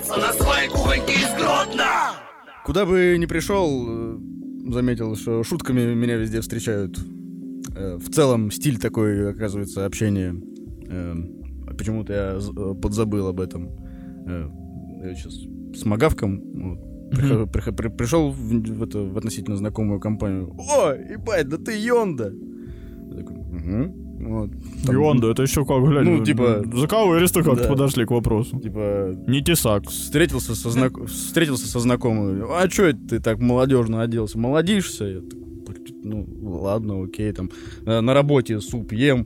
остаться на своей кухоньке из Гродно. Куда бы ни пришел, заметил, что шутками меня везде встречают. В целом стиль такой, оказывается, общения. Почему-то я подзабыл об этом. Я сейчас с Магавком пришел в относительно знакомую компанию. О, ебать, да ты Йонда! Я такой, вот. Йонда, это еще как, глянь, ну, типа... заковыристо как-то да. подошли к вопросу. Типа... Не тесак. Встретился со знакомым. А чё это ты так молодежно оделся? Молодишься? Я так, ну, ладно, окей, там. На работе суп ем.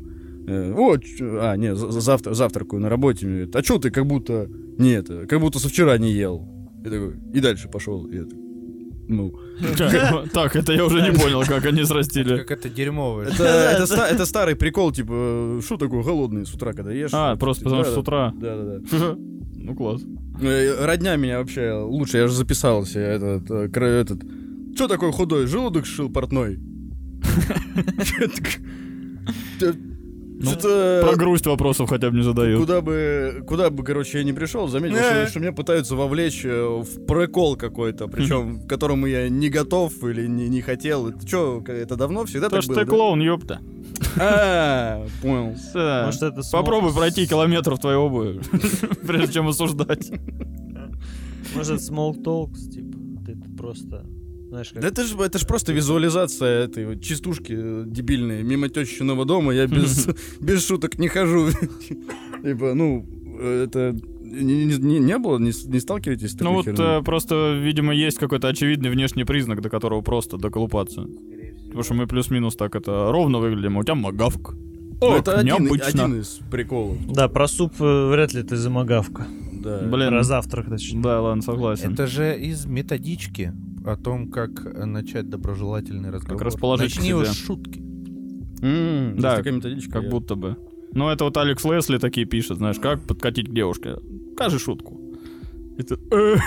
Завтракаю на работе. Мне говорит, а чё ты как будто... Нет, как будто со вчера не ел. Я такой, и дальше пошел. Я такой, ну... Так, это я уже не понял, как они срастили. Как это дерьмовое. Это старый прикол, типа, что такое голодный с утра, когда ешь? Просто потому что с утра. Да. Ну, класс. Родня меня вообще лучше, я же записался. Этот... Что такое худой? Желудок сшил портной? Про грусть вопросов хотя бы не задают. Куда бы, короче, я не пришел, заметил, что меня пытаются вовлечь в прикол какой-то, причем к которому я не готов или не хотел. Это что, это давно всегда так было? То, что ты клоун, ёпта. Понял. Может, это попробуй пройти километр в твоей обуви, прежде чем осуждать. Может, small talks, типа, ты просто... Знаешь, как... Да это ж просто визуализация этой вот частушки дебильной. Мимо тещиного дома я без шуток не хожу. Типа, ну, это не было, не сталкиваетесь с такой Ну херней? вот просто, видимо, есть какой-то очевидный внешний признак, до которого просто доколупаться. Потому что мы плюс-минус так это ровно выглядим, а у тебя Магавк. Ну, это необычно. один из приколов. Да, про суп вряд ли ты за Магавка. Да. Блин. Про завтрак, точнее. Да, ладно, согласен. Это же из методички о том, как начать доброжелательный разговор. Как расположить к Начни себе. его с шутки. Да, есть такая методичка. как будто бы. Ну, это вот Алекс Лесли такие пишет, знаешь, как подкатить к девушке. Скажи шутку. И ты...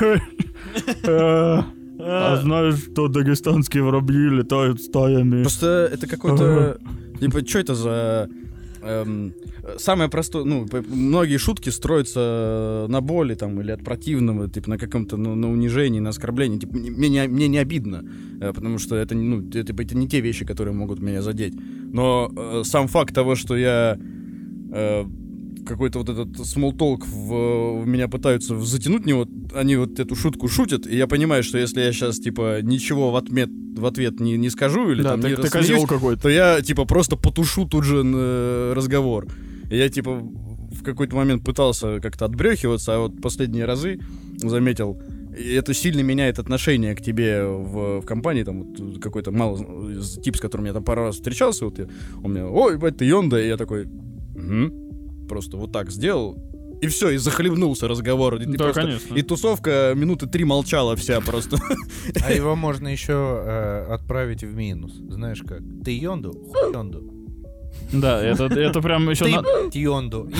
А знаешь, что дагестанские воробьи летают стаями? Просто это какой-то... Типа, что это за... Самое простое... Ну, многие шутки строятся на боли там, или от противного, типа, на каком-то, на унижении, на оскорблении. Типа, мне не обидно, потому что это не те вещи, которые могут меня задеть. Но сам факт того, что я... какой-то вот этот small talk в меня пытаются затянуть в него, они вот эту шутку шутят, и я понимаю, что если я сейчас, типа, ничего в ответ не скажу, или Да, там не ты козел рассмеюсь, какой-то. то я, типа, просто потушу тут же разговор. И я, типа, в какой-то момент пытался как-то отбрехиваться, а вот последние разы заметил, и это сильно меняет отношение к тебе в компании, там, вот какой-то тип, с которым я там пару раз встречался, вот он мне, ой, ебать, ты Йонда, и я такой, просто вот так сделал, и все, и захлебнулся разговор. Да, конечно. И тусовка минуты 3 молчала вся просто. А его можно еще отправить в минус. Знаешь как? Ты Йонду? Хуй Йонду. Да, это прям еще... Ты Йонду.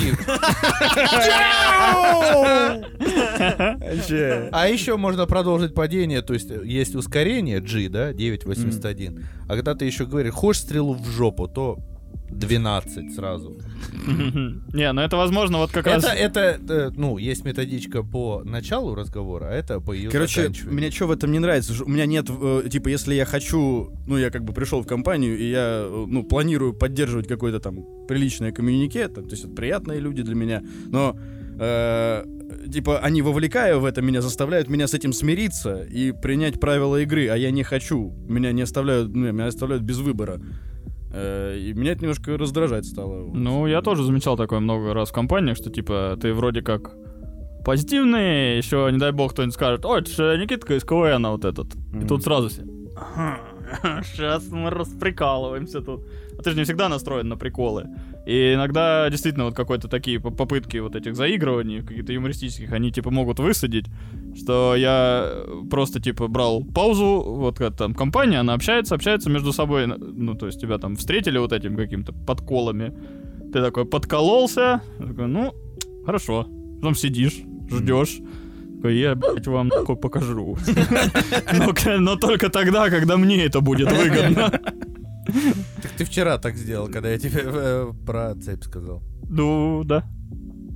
А еще можно продолжить падение, то есть есть ускорение G, да, 9.81. А когда ты еще говоришь, хочешь стрелу в жопу, то 12 сразу. Не, ну это возможно вот как раз... Это, есть методичка по началу разговора, а это по ее Короче, заканчиванию. мне что в этом не нравится? У меня нет, типа, если я хочу, я как бы пришел в компанию, и я, планирую поддерживать какое-то там приличное коммюнике, то есть это приятные люди для меня, но, типа, они, вовлекая в это, меня заставляют меня с этим смириться и принять правила игры, а я не хочу. Меня оставляют без выбора. И меня это немножко раздражать стало. Ну, я тоже замечал такое много раз в компаниях, что, типа, ты вроде как позитивный, еще, не дай бог, кто-нибудь скажет, ой, это же Никитка из КВН вот этот. И тут сразу все, сейчас мы расприкалываемся тут. А ты же не всегда настроен на приколы. И иногда действительно вот какой-то такие попытки вот этих заигрываний, каких-то юмористических, они типа могут высадить, что я просто типа брал паузу, вот как там компания, она общается между собой, то есть тебя там встретили вот этим каким-то подколами, ты такой подкололся, такой, хорошо, потом сидишь, ждешь. Я, блядь, вам такой покажу. Но только тогда, когда мне это будет выгодно. Так ты вчера так сделал, когда я тебе про цепь сказал. Ну, да.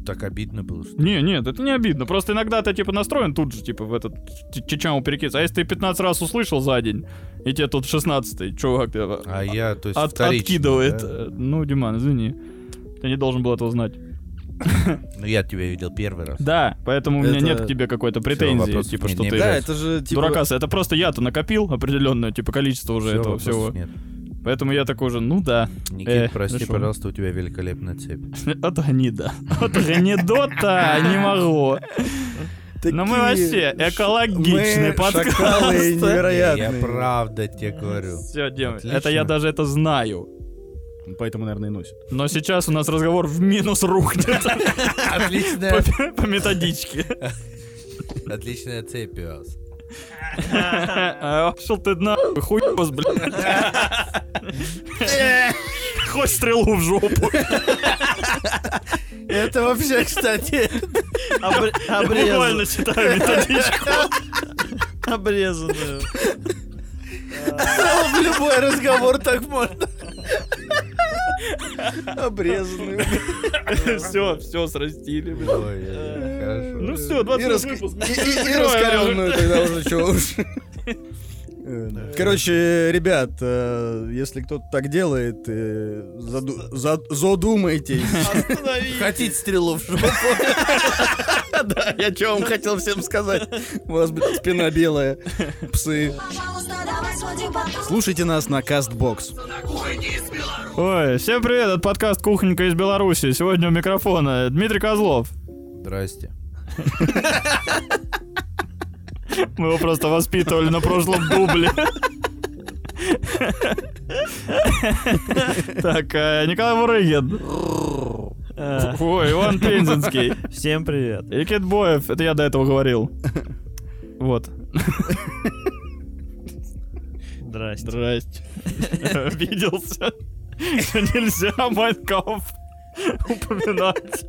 так обидно было, что... Нет, это не обидно. Просто иногда ты, типа, настроен тут же, типа, в этот чечаму перекидываться. А если ты 15 раз услышал за день, и тебе тут 16-й чувак А я, то есть, откидывает. да? Ну, Диман, извини. Ты не должен был этого знать. Ну, я тебя видел первый раз. Да, поэтому у меня Это- нет к тебе какой-то претензии, вопросов типа, нет, что не ты Да, обижайся. это же типа... дуракас. Это просто я-то накопил определенное, типа, количество уже Всё, этого вопросов всего. нет. Поэтому я такой же, ну да. Никит, прости, хорошо. пожалуйста, у тебя великолепная цепь. От гнида. От гнидота не могу. Но мы вообще экологичный мы подкаст. шакалы невероятные. Я правда тебе говорю. Все, Дима, Отлично. это я даже это знаю. Поэтому, наверное, и носит. Но сейчас у нас разговор в минус рухнет Отличная, по методичке. отличная цепь у вас. Шел ты нахуй, хуёс, блядь. Хоть стрелу в жопу. Это вообще, кстати... Буквально читаю методичку. Обрезанную. В любой разговор так можно. Обрезанный. Все срастили, блядь. Ой, хорошо. Ну все, 20 выпуск. И раскаленную тогда уже, чё уж. Короче, ребят, если кто-то так делает, задумайтесь. Хотите стрелу в жопу? Да, я чё вам хотел всем сказать. У вас, блядь, спина белая. Псы. Слушайте нас на Castbox. Ой, всем привет, это подкаст «Кухонька из Беларуси». Сегодня у микрофона Дмитрий Козлов. Здрасте. Мы его просто воспитывали на прошлом дубле. Так, Николай Мурыгин. Ой, Иван Пензенский. Всем привет. И Кит Боев, это я до этого говорил. Вот. Здрасте. Здрасте. Обиделся, что нельзя Майнкамф упоминать.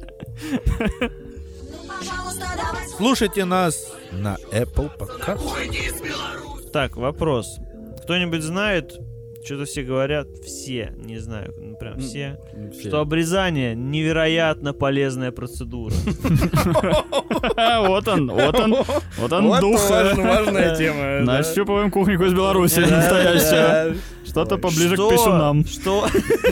Слушайте нас на Apple Podcast. Так, вопрос. Кто-нибудь знает, что-то все говорят, все, не знаю, ну прям все, что обрезание невероятно полезная процедура. Вот он Вот дух. важная тема. да. Нащупываем кухоньку из Беларуси настоящую. Что-то поближе к писюнам. Что?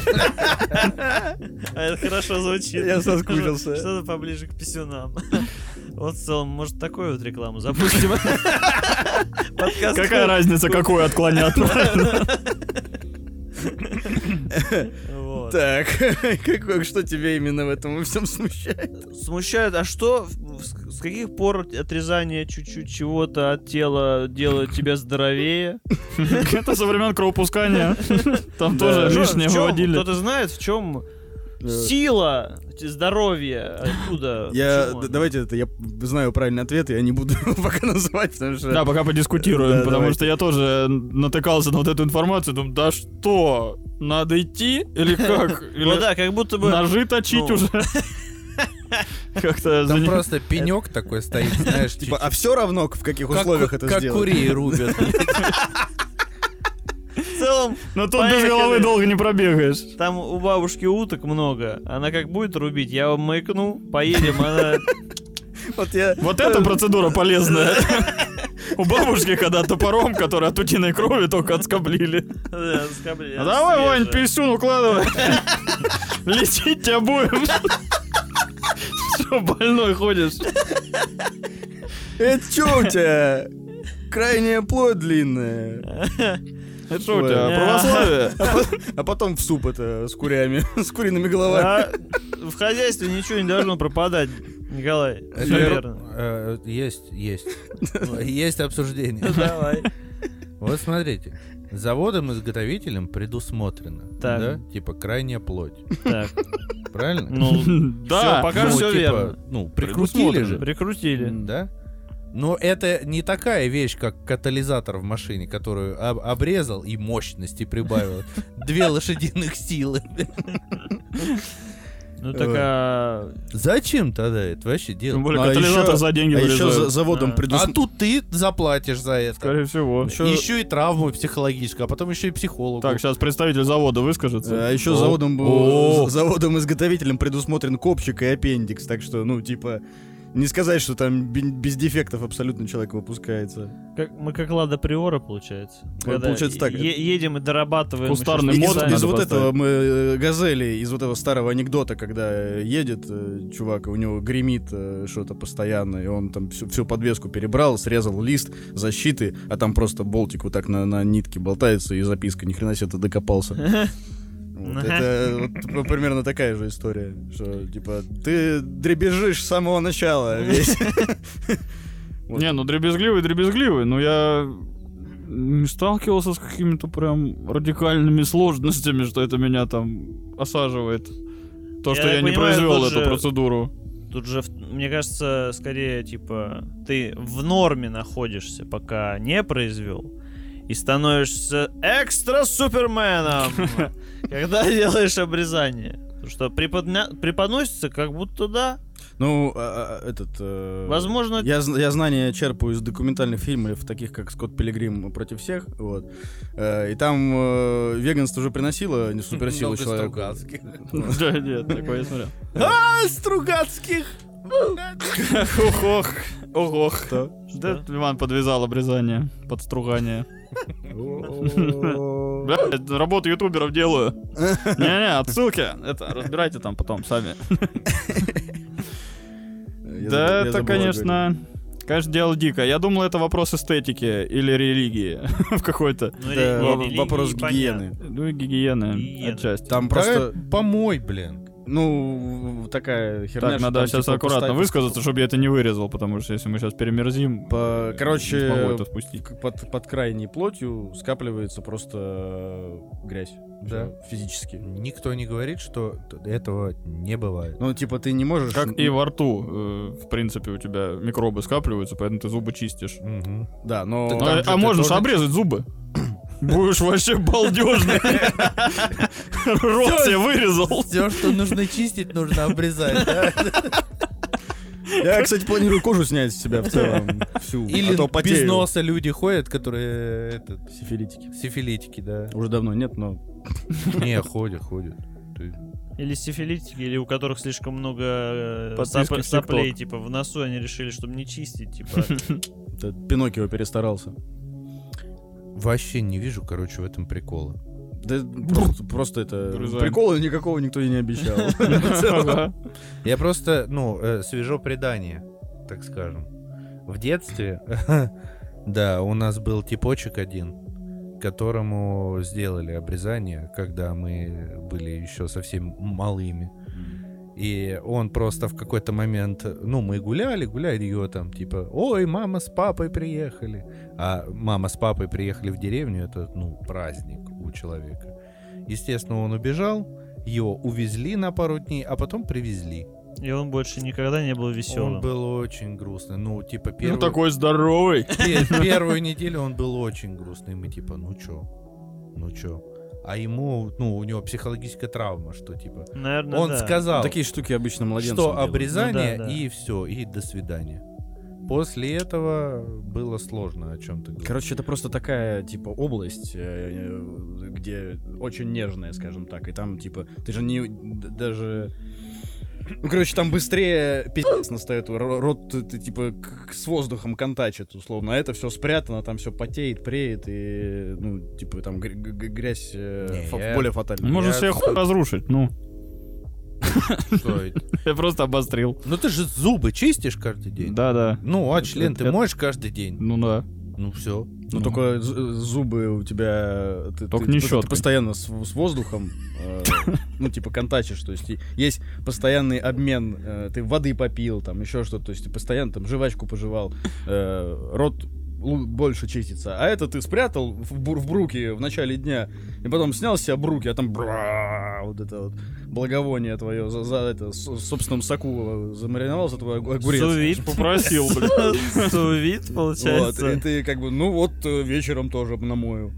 Это хорошо звучит. Я соскучился. Что-то поближе к писюнам. Вот в целом, может, такую вот рекламу запустим. Подкаст. Какая разница, какую отклонят? Вот. Так, что тебя именно в этом во всем смущает? Смущает, а что, с каких пор отрезание чуть-чуть чего-то от тела делает тебя здоровее? Это со времен кровопускания. Там тоже Что, лишнее в чём? выводили. Кто-то знает, в чем сила, здоровье, откуда? Почему оно? Давайте это, я знаю правильный ответ, я не буду его пока называть, потому что... Да, пока подискутируем, Да, потому давайте. что я тоже натыкался на вот эту информацию, думаю, да что, надо идти или как? Ну Или да, как будто бы... ножи точить ну. уже? Как-то Там просто пенек такой стоит, знаешь, Типа, а все равно, в каких условиях это как сделать? курей рубят. В целом, Но тут без поехали. головы долго не пробегаешь. Там у бабушки уток много. Она как будет рубить, я вам маякну, поедем, она... Вот я... Вот эта процедура полезная. У бабушки, когда топором, который от утиной крови только отскоблили. Да, скобли, А давай, Вань, свежая. писюн укладывай. Лечить тебя будем. Что, больной ходишь? Это что у тебя? Крайняя плоть длинная. Это что у тебя, Ой. православие? А потом в суп это с курями, с куриными головами. А в хозяйстве ничего не должно пропадать, Николай. Это Всё верно. Есть обсуждение. Давай. Вот смотрите. Заводом-изготовителем предусмотрено, Так. да, типа крайняя плоть, Так, правильно? ну, Да, пока Ну, все типа, верно. Ну, прикрутили же, Прикрутили. да? Но это не такая вещь, как катализатор в машине, которую обрезал и мощности прибавил. 2 лошадиных силы. Ну так Зачем тогда это вообще Тем делать? более А катализатор еще- за деньги А еще вырезают. заводом Да. А предусмотрено... тут ты заплатишь за это. Скорее всего. Еще и травму психологическую, а потом еще и психологу. Так, сейчас представитель завода выскажется. А еще О. О. заводом-изготовителем предусмотрен копчик и аппендикс, так что, ну, типа, не сказать, что там без дефектов абсолютно человек выпускается. мы как Лада Приора, получается. Когда Получается так. Едем и дорабатываем. Кустарный еще мод что-то. надо Из вот поставить. этого мы газели, из вот этого старого анекдота, когда едет чувак, и у него гремит что-то постоянно, и он там всю подвеску перебрал, срезал лист защиты, а там просто болтик вот так на нитке болтается, и записка, ни хрена себе ты докопался. Вот, это вот примерно такая же история, что типа ты дребезжишь с самого начала весь. Вот. Не, ну дребезгливый, но я не сталкивался с какими-то прям радикальными сложностями, что это меня там осаживает. То, что Я я не понимаю, произвел тут эту же- процедуру. Тут же, мне кажется, скорее, типа, ты в норме находишься, пока не произвел, и становишься экстра-суперменом, когда делаешь обрезание. Потому что преподносится как будто да. Ну, Возможно, я знания черпаю из документальных фильмов, таких как «Скотт Пилигрим против всех», вот. И там веганство уже приносило не суперсилу Много человеку. Стругацких. Да, нет, такое я смотрел. Стругацких! Ого. Да, Иван подвязал обрезание, подстругание. Бля, это работу ютуберов делаю. Не-не, отсылки. Это разбирайте там потом сами. Да, это, конечно, дело дико. Я думал, это вопрос эстетики или религии в какой-то. ну, Это религии вопрос понятно. гигиены. Ну и гигиены Гигиена. отчасти. Там просто, Помой, блин. ну, такая херня. Так, что надо там, сейчас типа, аккуратно поставить- высказаться, чтобы я это не вырезал, потому что если мы сейчас перемерзим, не смогу Короче, это впустить. под крайней плотью скапливается просто грязь. Да. Всё, физически. Никто не говорит, что этого не бывает. Ну, типа, ты не можешь... Как и во рту, в принципе, у тебя микробы скапливаются, поэтому ты зубы чистишь. Мгм. Да, но... Там же А ты можешь тоже- обрезать зубы. Будешь вообще балдежный. Рот себе вырезал. Все, что нужно чистить, нужно обрезать, да? Я, кстати, планирую кожу снять с себя в целом. Всю. Или а то без потею. носа люди ходят, которые Сифилитики. сифилитики, да. Уже давно нет, но... Не, ходят. Ты- Или сифилитики, или у которых слишком много Подписки в соплей, TikTok. типа, в носу, они решили, чтобы не чистить, типа. Это Пиноккио перестарался. Вообще не вижу, короче, в этом прикола. Да просто это... Вырезаем. Прикола никакого никто и не обещал. Ага. Я просто, свежо предание, так скажем. В детстве, да, у нас был типочек один, которому сделали обрезание, когда мы были еще совсем малыми. И он просто в какой-то момент, мы гуляли, ее там, типа, ой, мама с папой приехали. А мама с папой приехали в деревню, это, праздник у человека. Естественно, он убежал, его увезли на пару дней, а потом привезли. И он больше никогда не был веселым. Он был очень грустный. Ну Первую, такой здоровый. первую неделю он был очень грустный. Мы типа, ну чё? А ему, у него психологическая травма, что типа... Наверное, Он да. сказал, Такие штуки обычно младенцам что делают. обрезание, Ну да, да. и все, и до свидания. После этого было сложно о чем-то говорить. Короче, это просто такая, типа, область, где очень нежная, скажем так. И там, типа, ты же не... даже... там быстрее пиздец настает. Рот, ты, типа, с воздухом контачит, условно. А это все спрятано, там все потеет, преет. И, типа, там грязь я- более фатальная. Можно Я- себе хуй разрушить, ну. Что это? Я просто обострил. Ну ты же зубы чистишь каждый день. Да. А член ты Это- моешь каждый день. Ну да. Ну все. Ну, только зубы у тебя... Только не ты щеткой. постоянно с воздухом, типа, контачишь. То есть есть постоянный обмен. Ты воды попил, там, еще что-то. То есть ты постоянно там жвачку пожевал. Рот больше чистится. А это ты спрятал в бруки в начале дня, и потом снял с себя бруки, а там вот это вот благовоние твое в собственном соку замариновался твой огурец. Сувид. Попросил, блин. Сувид, Вот, получается. и ты как бы, вечером тоже намою.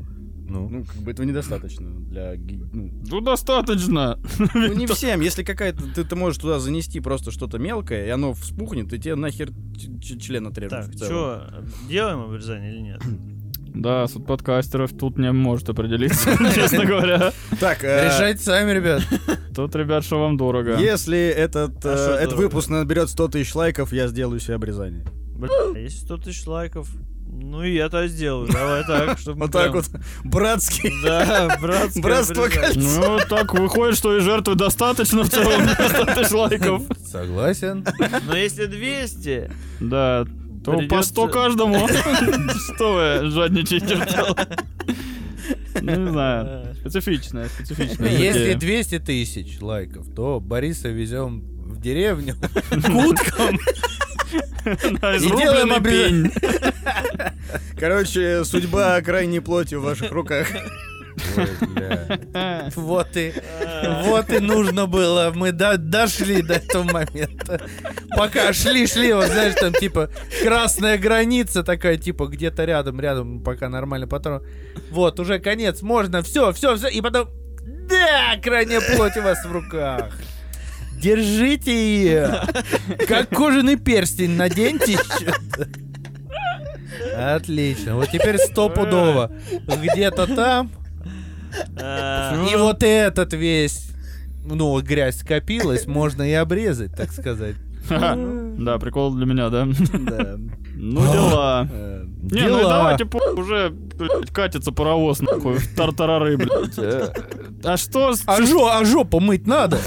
Ну, как бы этого недостаточно для... Ну, достаточно. Ну, не всем. Если какая-то... Ты можешь туда занести просто что-то мелкое, и оно вспухнет, и тебе нахер член отрежут. Так, в целом. что, делаем обрезание или нет? Да, суд подкастеров тут не может определиться, честно говоря. Так, Решайте сами, ребят. Тут, ребят, что вам дорого. если этот дорого? выпуск наберет 100 тысяч лайков, я сделаю себе обрезание. Бля, если 100 тысяч лайков, ну и я то сделаю. Давай так, чтобы... Вот так вот, братский. Да, братское Братство обрезание. кольца. Ну, так выходит, что и жертвы достаточно в целом. 100 тысяч лайков. Согласен. Но если 200, Да, то по Придётся- 100 каждому. Что вы жадничаете в целом? Ну, не знаю. Специфичная. Если 200 тысяч лайков, то Бориса везем в деревню к уткам. И делаем пень. Короче, судьба крайней плоти в ваших руках. Ой, бля. Вот и нужно было. Мы дошли до этого момента. Пока шли, вот знаешь, там типа красная граница такая, типа где-то рядом, пока нормально. Потом вот, уже конец, можно, все. И потом, да, крайняя плоть у вас в руках. Держите ее. Как кожаный перстень наденьте что-то. Отлично. Вот теперь стопудово. Где-то там. И вот этот весь, ну, грязь скопилась, можно и обрезать, так сказать. Да, прикол для меня, да? Да. Ну, дела. Не, ну и Дела. давайте уже, блядь, катится паровоз, нахуй, в тартарары, блядь. А что? А жопу мыть надо?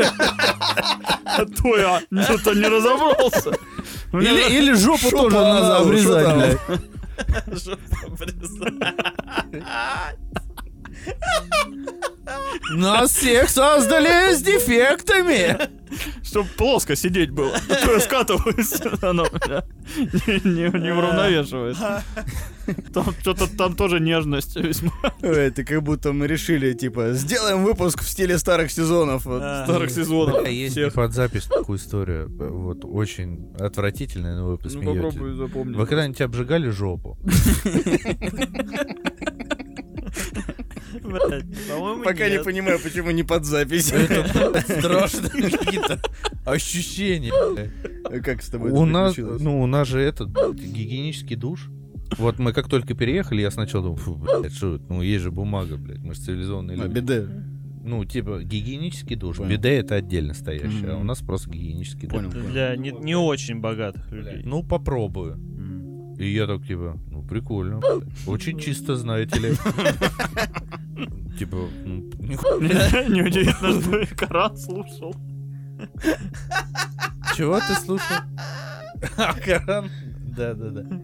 А то я что-то не разобрался. Или жопу тоже надо анал, что обрезать, там? блядь. жопу обрезать. Нас всех создали с дефектами. Чтоб плоско сидеть было. А то я скатываюсь, оно, бля, не уравновешивается. Там что-то там тоже нежность весьма. Это как будто мы решили, типа, сделаем выпуск в стиле старых сезонов. Вот. Старых сезонов. Есть Всех. под запись такую историю, вот очень отвратительная, но вы Ну посмеетесь. попробуй запомнить. Вы когда-нибудь обжигали жопу? Блядь, по-моему, Пока не нет. понимаю, почему не под запись. Это страшные какие-то ощущения. Как с тобой У это нас, приключилось? ну, у нас же этот гигиенический душ. Вот мы как только переехали, я сначала думал, фу, блядь, что это? Ну, есть же бумага, блядь, мы же цивилизованные люди. Биде. Ну, типа, гигиенический душ. Понял. Биде это отдельно стоящее, а у Мгм. нас просто гигиенический душ. Понял. Для не очень богатых людей. Ну, попробую. И я так, типа, ну, прикольно. блядь. Очень чисто, знаете ли. Типа, ну, нихуя. Неудивительно, что и Коран слушал. Чего ты слушал? Коран? Да.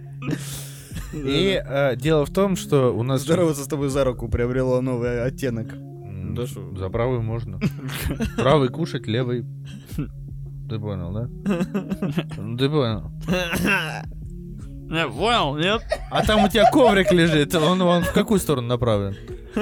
И дело в том, что у нас... Здороваться с тобой за руку приобрело новый оттенок. Да шо? За правый можно. Правый кушать, левый... Ты понял, да? Ты понял. Не, понял, нет? А там у тебя коврик лежит, он в какую сторону направлен?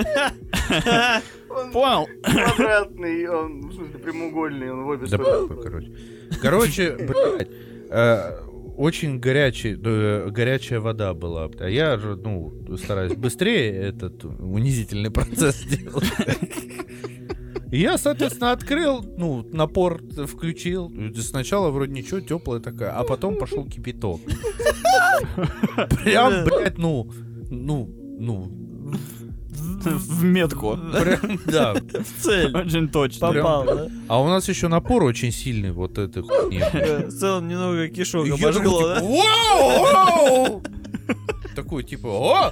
Понял. Квадратный, он, в смысле, прямоугольный, он в обе Да стороны. похуй, короче, блядь, очень горячая вода была. А я же, ну, стараюсь быстрее этот унизительный процесс делать. И я, соответственно, открыл, ну, напор включил. Сначала вроде ничего, теплая такая, а потом пошел кипяток. Прям, блядь, ну, В метку. прям, да. В цель. Очень точно. Попал, да? А у нас еще напор очень сильный, вот этой хуйни. В целом немного кишок И я обожгло, такой, да? типа, «Вау!» Такой, типа, о!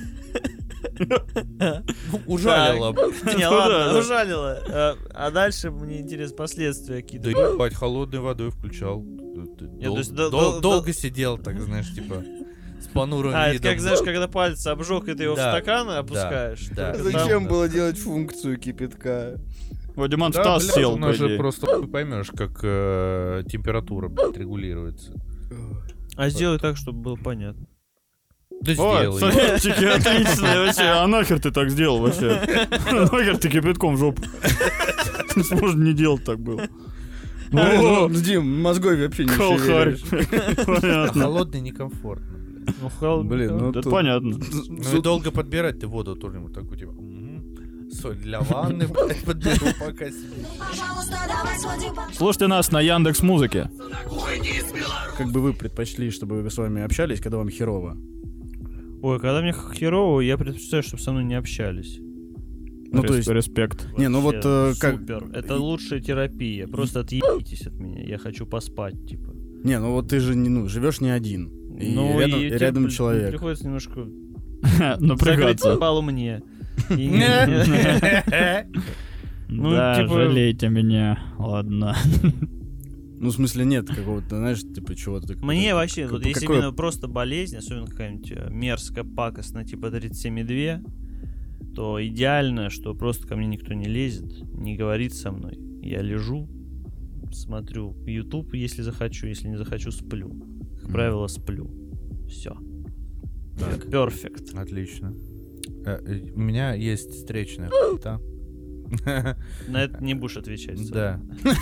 Ну, ужалило. Не, ладно, ужалило. А дальше мне интересны последствия Да какие-то. ебать, холодной водой включал. то есть до- Долго сидел, так, знаешь, типа, с понурым А, это видом. как, знаешь, когда палец обжег, и ты его в Да, стакан опускаешь. да. только Зачем там- было делать функцию кипятка? Вадиман в Да, таз блядь, сел, у по нас же идее. просто хуй поймешь, как температура, блядь, регулируется. А сделай так, чтобы было понятно. Да Ой, сделай. советчики отличные вообще. А нахер ты так сделал вообще? Нахер ты кипятком в жопу? Можно не делать так было. Ну, Дим, мозгой вообще не Колхарь. шевелишь. Понятно. Холодный некомфортно, блядь. Блин, ну Это тут- понятно. Ну и долго подбирать ты воду тоже вот такую, типа, соль для ванны, блядь, подберу пока себе. Слушайте нас на Яндекс.Музыке. Как бы вы предпочли, чтобы с вами общались, когда вам херово? Ой, когда мне херово, я предпочитаю, чтобы со мной не общались. Ну, то есть... Респект. Не, ну вот Вообще как... Супер. Это лучшая терапия. Просто отъебитесь от меня. Я хочу поспать, типа. Не, ну вот ты же живешь не один. И Ну, рядом, и тебе рядом человек. приходится немножко Напрягаться. закрыть балу мне. И- Ну, Да, типа- жалейте меня. Ладно. Ну, в смысле, нет какого-то, знаешь, типа, чего-то... Мне вообще, вот если какое- именно просто болезнь, особенно какая-нибудь мерзкая пакостная, типа 37,2, то идеально, что просто ко мне никто не лезет, не говорит со мной. Я лежу, смотрю YouTube, если захочу, если не захочу, сплю. Как правило, сплю. Все. Так. Перфект. Отлично. У меня есть встречная хуйта. На это не будешь отвечать. Да.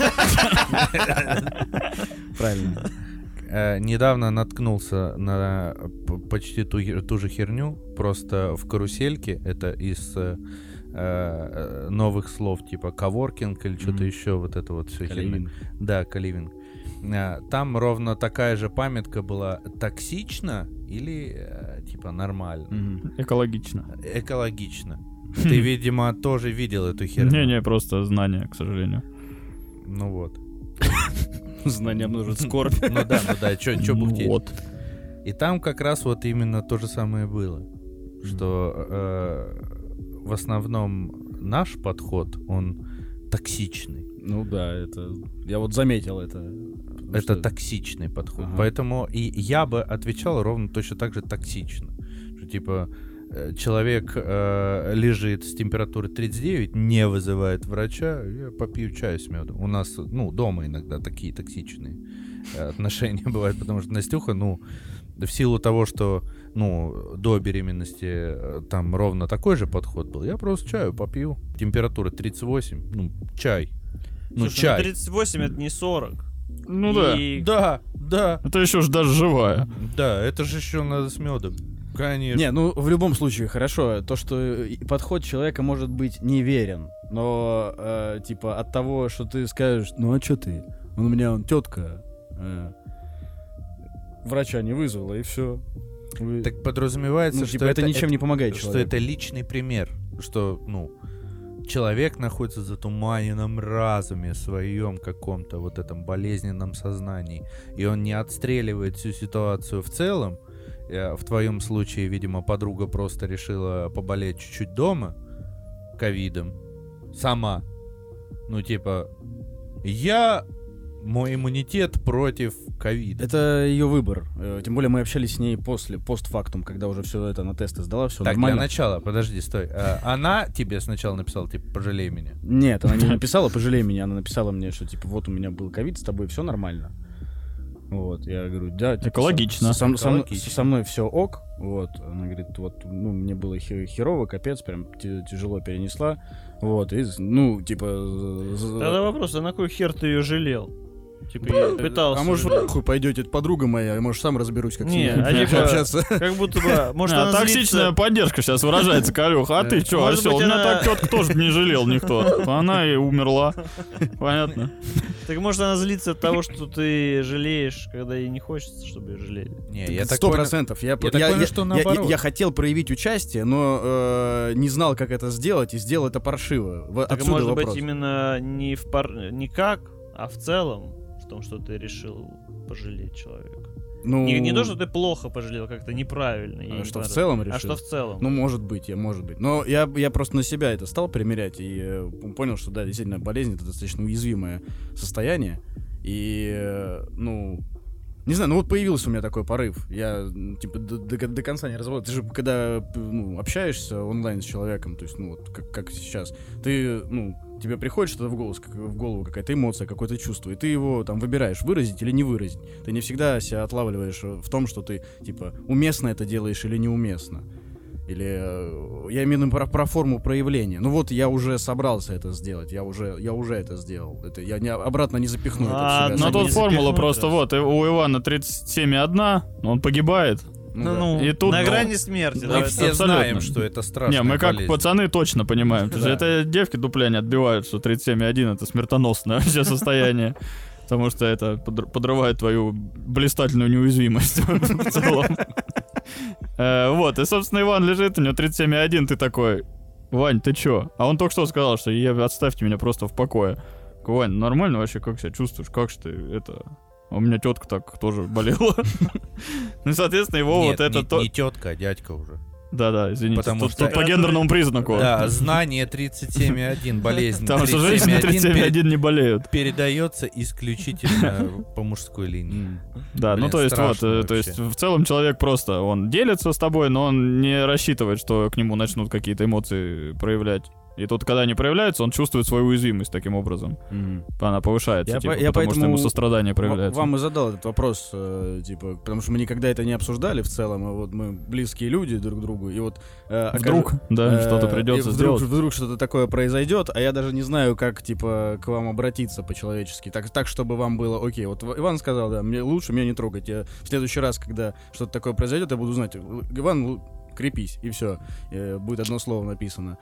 Правильно. Недавно наткнулся на почти ту же херню, просто в карусельке, это из новых слов, типа коворкинг или что-то еще, вот это вот все херня. Каливинг. Да, каливинг. Там ровно такая же памятка была: токсично или типа нормально, Мгм. Экологично. экологично. Ты, видимо, тоже видел эту херню. Не-не, просто знание, к сожалению. Ну вот. Знание множит скорбь. Ну да, чё бухтеть. Вот. И там как раз вот именно то же самое было, что в основном наш подход, он токсичный. Ну да, это... Я вот заметил это. Потому Это что- токсичный подход. Ага. Поэтому и я бы отвечал ровно точно так же токсично. Что типа человек лежит с температурой 39, не вызывает врача, я попью чай с медом. У нас, дома иногда такие токсичные отношения бывают, потому что Настюха, в силу того, что, до беременности там ровно такой же подход был, я просто чаю попью. Температура 38, чай. Слушай, Чай. 38 это не 40. Ну да. И Да. Это еще ж даже живая. Да, это же еще надо с медом. Конечно. Не, в любом случае, хорошо, то, что подход человека может быть неверен, но, типа, от того, что ты скажешь, ну а что ты? У меня тетка врача не вызвала, и все. Так подразумевается, что это ничем не помогает что человеку. это личный пример, что, человек находится в затуманенном разуме своем каком-то вот этом болезненном сознании, и он не отстреливает всю ситуацию в целом. В твоем случае, видимо, подруга просто решила поболеть чуть-чуть дома ковидом сама. Мой иммунитет против ковида. Это ее выбор. Тем более мы общались с ней постфактум, когда уже все это на тесты сдала, все Так, нормально. для начала, подожди, стой. Она тебе сначала написала, типа, пожалей меня. Нет, она не написала, пожалей меня, она написала мне, что типа вот у меня был ковид, с тобой все нормально. Вот, я говорю, да, типа, Экологично. со мной все ок. Вот, она говорит, мне было херово, капец, прям тяжело перенесла. Вот, и, Тогда вопрос, а на кой хер ты ее жалел? Типа, я пытался. А может, жалеть. нахуй пойдете, это подруга моя, я, может, сам разберусь, как с Не, ней а типа, общаться. как будто бы, может, она Токсичная злится. поддержка сейчас выражается, Калюха. А ты чё, Может осёл? быть, У меня она- так тетка тоже не жалел никто. Она и умерла. Понятно. Так может она злится от того, что ты жалеешь, когда ей не хочется, чтобы ее жалели. Не, я так 100%. Я так понял, что наоборот. Я хотел проявить участие, но не знал, как это сделать, и сделал это паршиво. Так Отсюда может вопрос. быть именно не как, а в целом, в том, что ты решил пожалеть человека. Ну, Не то, что ты плохо пожалел, как-то неправильно. ей а не что в понравилось. целом А решил? что в целом? Ну, может быть. Но я просто на себя это стал примерять и понял, что да, действительно, болезнь — это достаточно уязвимое состояние. И, не знаю, вот появился у меня такой порыв. Я, типа, до конца не разобрал. Ты же, когда, общаешься онлайн с человеком, то есть, как сейчас, ты, тебе приходит что-то в голову какая-то эмоция, какое-то чувство, и ты его там выбираешь, выразить или не выразить. Ты не всегда себя отлавливаешь в том, что ты, типа, уместно это делаешь или неуместно. Или я имею в виду про форму проявления. Я уже собрался это сделать, я уже это сделал. Это я обратно не запихну это в себя. Ладно, Но не тут формула запихнуть просто раз. вот. У Ивана 37,1, он погибает. И тут, на грани смерти. Мы давай все абсолютно. знаем, что это страшно. Не, мы как пацаны точно понимаем. Это девки дупля не отбивают, что 37,1 это смертоносное вообще состояние. Потому что это подрывает твою блистательную неуязвимость в целом. Вот, и, собственно, Иван лежит, у него 37,1, ты такой: Вань, ты чё? А он только что сказал, что отставьте меня просто в покое. Вань, нормально вообще, как себя чувствуешь? Как же ты это... У меня тетка так тоже болела. Ну, соответственно, его вот это... не тетка, а дядька уже. Да-да, извините. Потому Тут что- по гендерному признаку. Да, знание 37,1, болезнь Потому что женщины 37,1 не болеют. передается исключительно по мужской линии. Да, Блин, ну то есть вот, страшно то есть вообще. в целом человек просто, он делится с тобой, но он не рассчитывает, что к нему начнут какие-то эмоции проявлять. И тут, когда они проявляются, он чувствует свою уязвимость таким образом. Она повышается, Я типа, по- я потому что поэтому ему сострадание проявляется. Вам и задал этот вопрос, типа, потому что мы никогда это не обсуждали в целом, а вот мы близкие люди друг к другу, и вот... Вдруг, да, что-то придется сделать. Вдруг что-то такое произойдет, а я даже не знаю, как, типа, к вам обратиться по-человечески, так, чтобы вам было окей. Вот Иван сказал, да, мне лучше меня не трогать. Я в следующий раз, когда что-то такое произойдет, я буду знать, Иван, крепись, и все. Будет одно слово написано.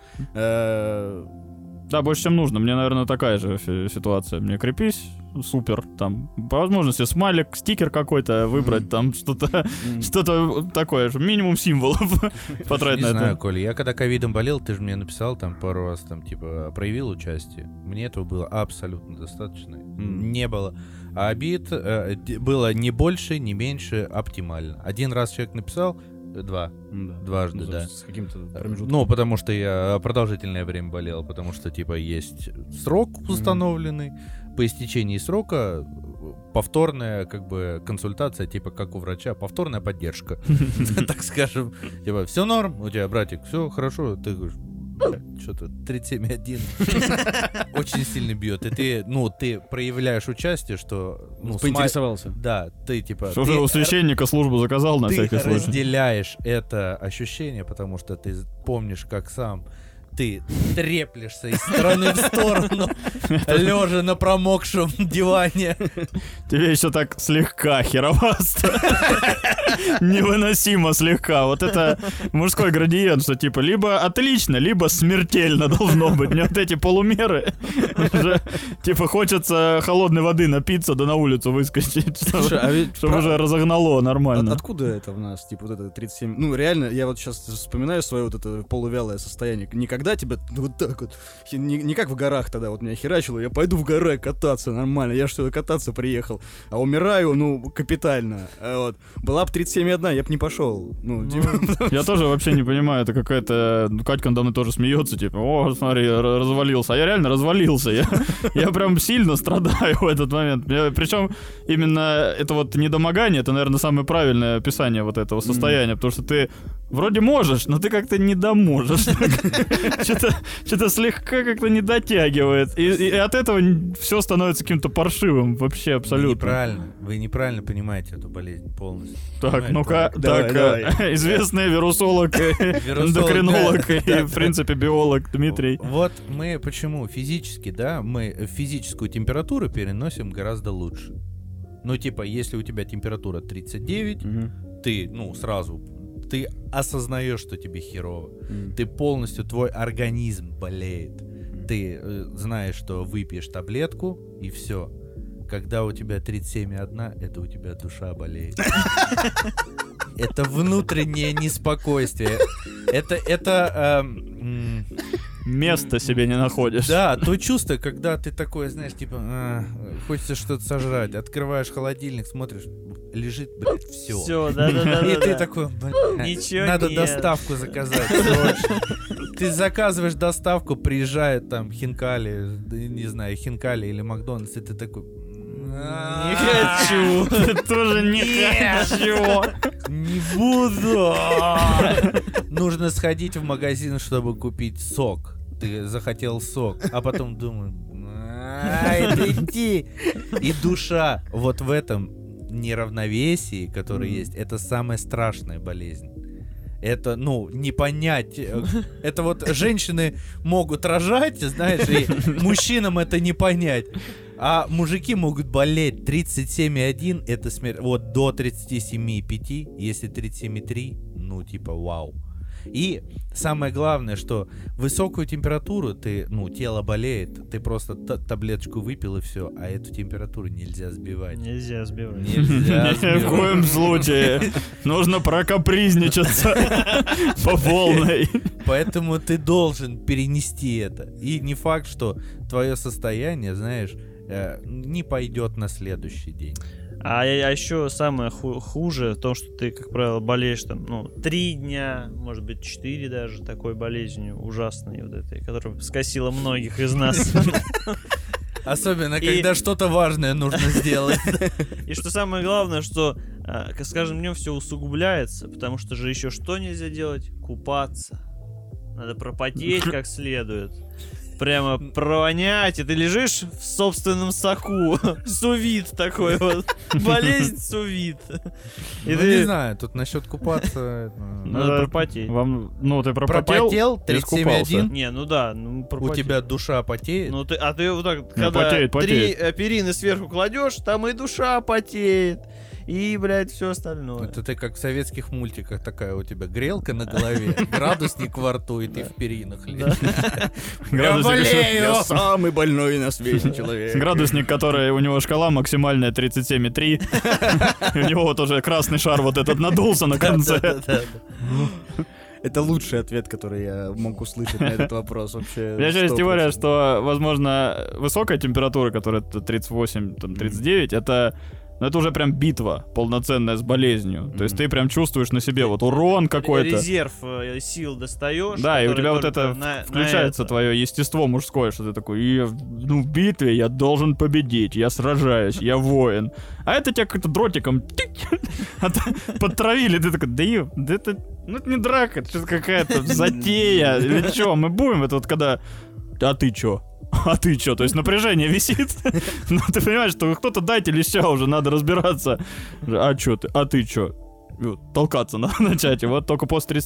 Да, больше, чем нужно. Мне, наверное, такая же ситуация. Мне крепись, супер. Там, по возможности, смайлик, стикер какой-то выбрать, там что-то такое, минимум символов потратить Не на знаю, это. Коля, я когда ковидом болел, ты же мне написал там пару раз, там, типа, проявил участие. Мне этого было абсолютно достаточно. Не было обид, было не больше, не меньше, оптимально. Один раз человек написал, дважды, да. С каким-то промежутком. Ну, потому что я продолжительное время болел, потому что, типа, есть срок установленный, по истечении срока повторная, как бы, консультация, типа, как у врача, повторная поддержка, так скажем. Типа, все норм, у тебя, братик, все хорошо, ты говоришь, что-то 37,1 очень сильно бьет, и ты проявляешь участие, что... Поинтересовался. Да, ты, типа... Что же у священника службу заказал на Ты всякий случай. разделяешь это ощущение, потому что ты помнишь, как сам ты треплешься из стороны в сторону, лежа на промокшем диване. Тебе еще так слегка херовасто. Невыносимо слегка. Вот это мужской градиент, что типа либо отлично, либо смертельно должно быть. Мне вот эти полумеры уже типа хочется холодной воды напиться, да на улицу выскочить, Слушай, а ведь чтобы уже разогнало нормально. Откуда это в нас, типа, вот это 37... Ну, реально, я вот сейчас вспоминаю свое вот это полувялое состояние. Никогда тебя вот так вот... Не как в горах тогда вот меня херачило, я пойду в горы кататься нормально, я что, кататься приехал. А умираю, ну, капитально. Вот. Была бы 37,1, я бы не пошел. Ну, типа... Я тоже вообще не понимаю, это какая-то... Катька надо мной тоже смеется, типа, о, смотри, развалился. А я реально развалился. Я прям сильно страдаю в этот момент. Причем именно это вот недомогание, это, наверное, самое правильное описание вот этого состояния, потому что ты вроде можешь, но ты как-то не доможешь. Что-то слегка как-то не дотягивает. И от этого все становится каким-то паршивым вообще абсолютно. Вы неправильно понимаете эту болезнь полностью. Так, ну-ка, Давай, давай. известный вирусолог, эндокринолог и, в принципе, биолог Дмитрий. Вот мы почему физически, да, мы физическую температуру переносим гораздо лучше. Ну, типа, если у тебя температура 39, ты, ну, сразу, ты осознаешь, что тебе херово. Ты полностью, твой организм болеет. Ты знаешь, что выпьешь таблетку, и все. Когда у тебя 37,1, это у тебя душа болеет. Это внутреннее неспокойствие. Это Место себе не находишь. да, то чувство, когда ты такой, знаешь, типа, хочется что-то сожрать. Открываешь холодильник, смотришь, лежит, блядь, все. Все, да-да-да. И ты такой, блядь, Ничего надо нет. доставку заказать срочно. Ты заказываешь доставку, приезжает там Хинкали, не знаю, Хинкали или Макдональдс, и ты такой... Не хочу. Тоже не хочу. Не буду. Нужно сходить в магазин, чтобы купить сок. Ты захотел сок, а потом думаю, иди. И душа вот в этом неравновесии, которое есть, это самая страшная болезнь. Это, ну, не понять. Это вот женщины могут рожать, знаешь, и мужчинам это не понять. А мужики могут болеть 37,1, это смерть. Вот до 37,5, если 37,3, ну типа вау. И самое главное, что высокую температуру ты, ну, тело болеет, ты просто таблеточку выпил и все, а эту температуру нельзя сбивать. Нельзя сбивать. Нельзя Ни в коем случае. Нужно прокапризничаться по полной. Поэтому ты должен перенести это. И не факт, что твое состояние, знаешь, не пойдет на следующий день. А еще самое хуже в том, что ты, как правило, болеешь там, 3 дня, может быть, 4 даже, такой болезнью ужасной вот этой, которая скосила многих из нас. Особенно, когда что-то важное нужно сделать. И что самое главное, что с каждым днем все усугубляется, потому что же еще что нельзя делать? Купаться. Надо пропотеть как следует. Прямо провонять, и ты лежишь в собственном соку. Сувид такой вот. Болезнь сувид. И Ну, ты не знаю, тут насчет купаться... надо пропотеть. Ты пропотел? 37,1? Не, ну да, У пропотеть. тебя душа потеет? Ну ты вот так, Не, когда потеет. 3 перины сверху кладешь, там и душа потеет. И, блядь, все остальное. Это ты как в советских мультиках такая у тебя грелка на голове, градусник во рту, и ты в перинах лежишь. Я болею! Я самый больной на свете человек. Градусник, который у него шкала максимальная 37,3. У него вот уже красный шар вот этот надулся на конце. Это лучший ответ, который я мог услышать на этот вопрос вообще. У меня еще есть 100%. теория, что, возможно, высокая температура, которая 38, там, 39, это уже прям битва полноценная с болезнью. То есть ты прям чувствуешь на себе вот урон какой-то. Резерв сил достаешь. Да, и у который тебя вот только это на включается это. твое естество мужское, что ты такой, в битве я должен победить, я сражаюсь, я воин. А это тебя как-то дротиком подтравили, ты такой, да это не драка, это что-то какая-то затея, или что, мы будем, это вот когда, а ты чё? А ты чё? То есть напряжение висит. Ну, ты понимаешь, что кто-то дайте леща уже, надо разбираться. А чё ты? А ты чё? Толкаться надо начать. И вот только после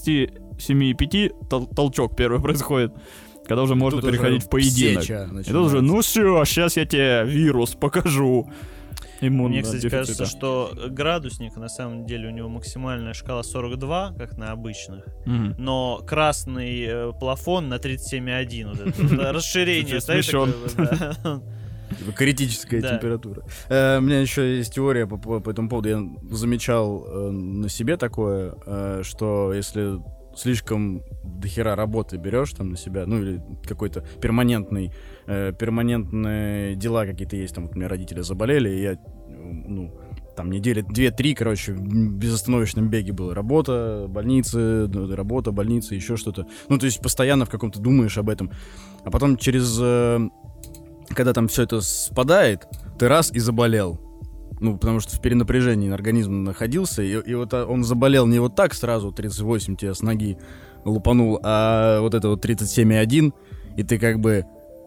37,5 толчок первый происходит. Когда уже можно Тут переходить уже в поединок. сеча И тут уже, ну все, сейчас я тебе вирус покажу. Мне, кстати, кажется, что градусник, на самом деле, у него максимальная шкала 42, как на обычных, но красный плафон на 37,1. Вот это вот расширение стоит. Смещен. Критическая Да. температура. У меня еще есть теория по этому поводу. Я замечал на себе такое, что если слишком дохера работы берешь там на себя, ну или какой-то перманентные дела какие-то есть, там вот у меня родители заболели, и я, там недели 2-3, короче, в безостановочном беге было. Работа, больница, еще что-то. Ну, то есть постоянно в каком-то думаешь об этом. А потом когда там все это спадает, ты раз и заболел. Ну, потому что в перенапряжении организм находился, и вот он заболел не вот так сразу, 38 тебя с ноги лупанул, а вот это вот 37,1, и ты как бы...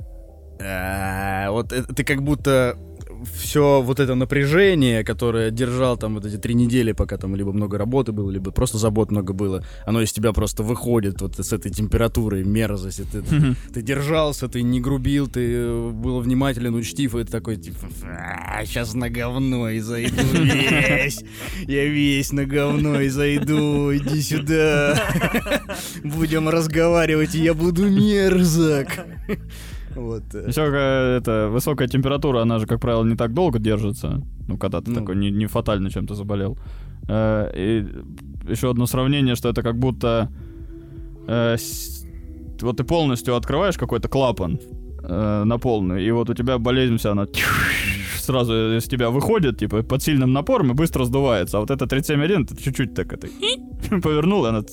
ты как будто все вот это напряжение, которое держал там вот эти 3 недели, пока там либо много работы было, либо просто забот много было, оно из тебя просто выходит вот с этой температурой, мерзости. Ты держался, ты не грубил, ты был внимателен, учтив, и ты такой, типа, сейчас на говно и зайду весь. Я весь на говно и зайду, иди сюда. Будем разговаривать, и я буду мерзок. Вот. Еще высокая температура, она же, как правило, не так долго держится. Ну, когда ты такой не фатально чем-то заболел. И еще одно сравнение, что это как будто вот ты полностью открываешь какой-то клапан на полную, и вот у тебя болезнь вся, она сразу из тебя выходит, типа, под сильным напором и быстро сдувается. А вот это 37,1, ты чуть-чуть так это повернул, и она...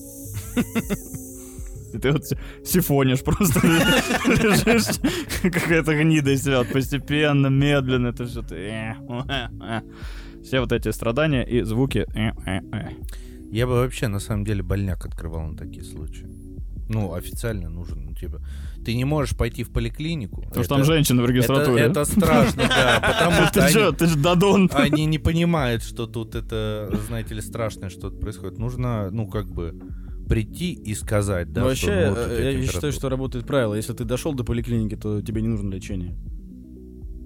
И ты вот сифонишь просто, лежишь, какая-то гнида из себя, постепенно, медленно, это все ты... Все вот эти страдания и звуки... Я бы вообще, на самом деле, больняк открывал на такие случаи. Ну, официально нужен, типа... Ты не можешь пойти в поликлинику. Потому что там женщины в регистратуре. Это страшно, да, потому что ты же додон. они не понимают, что тут это, знаете ли, страшное что-то происходит. Нужно, прийти и сказать, да, Ну, вообще, что вот у тебя я температура. считаю, что работает правило. Если ты дошел до поликлиники, то тебе не нужно лечение.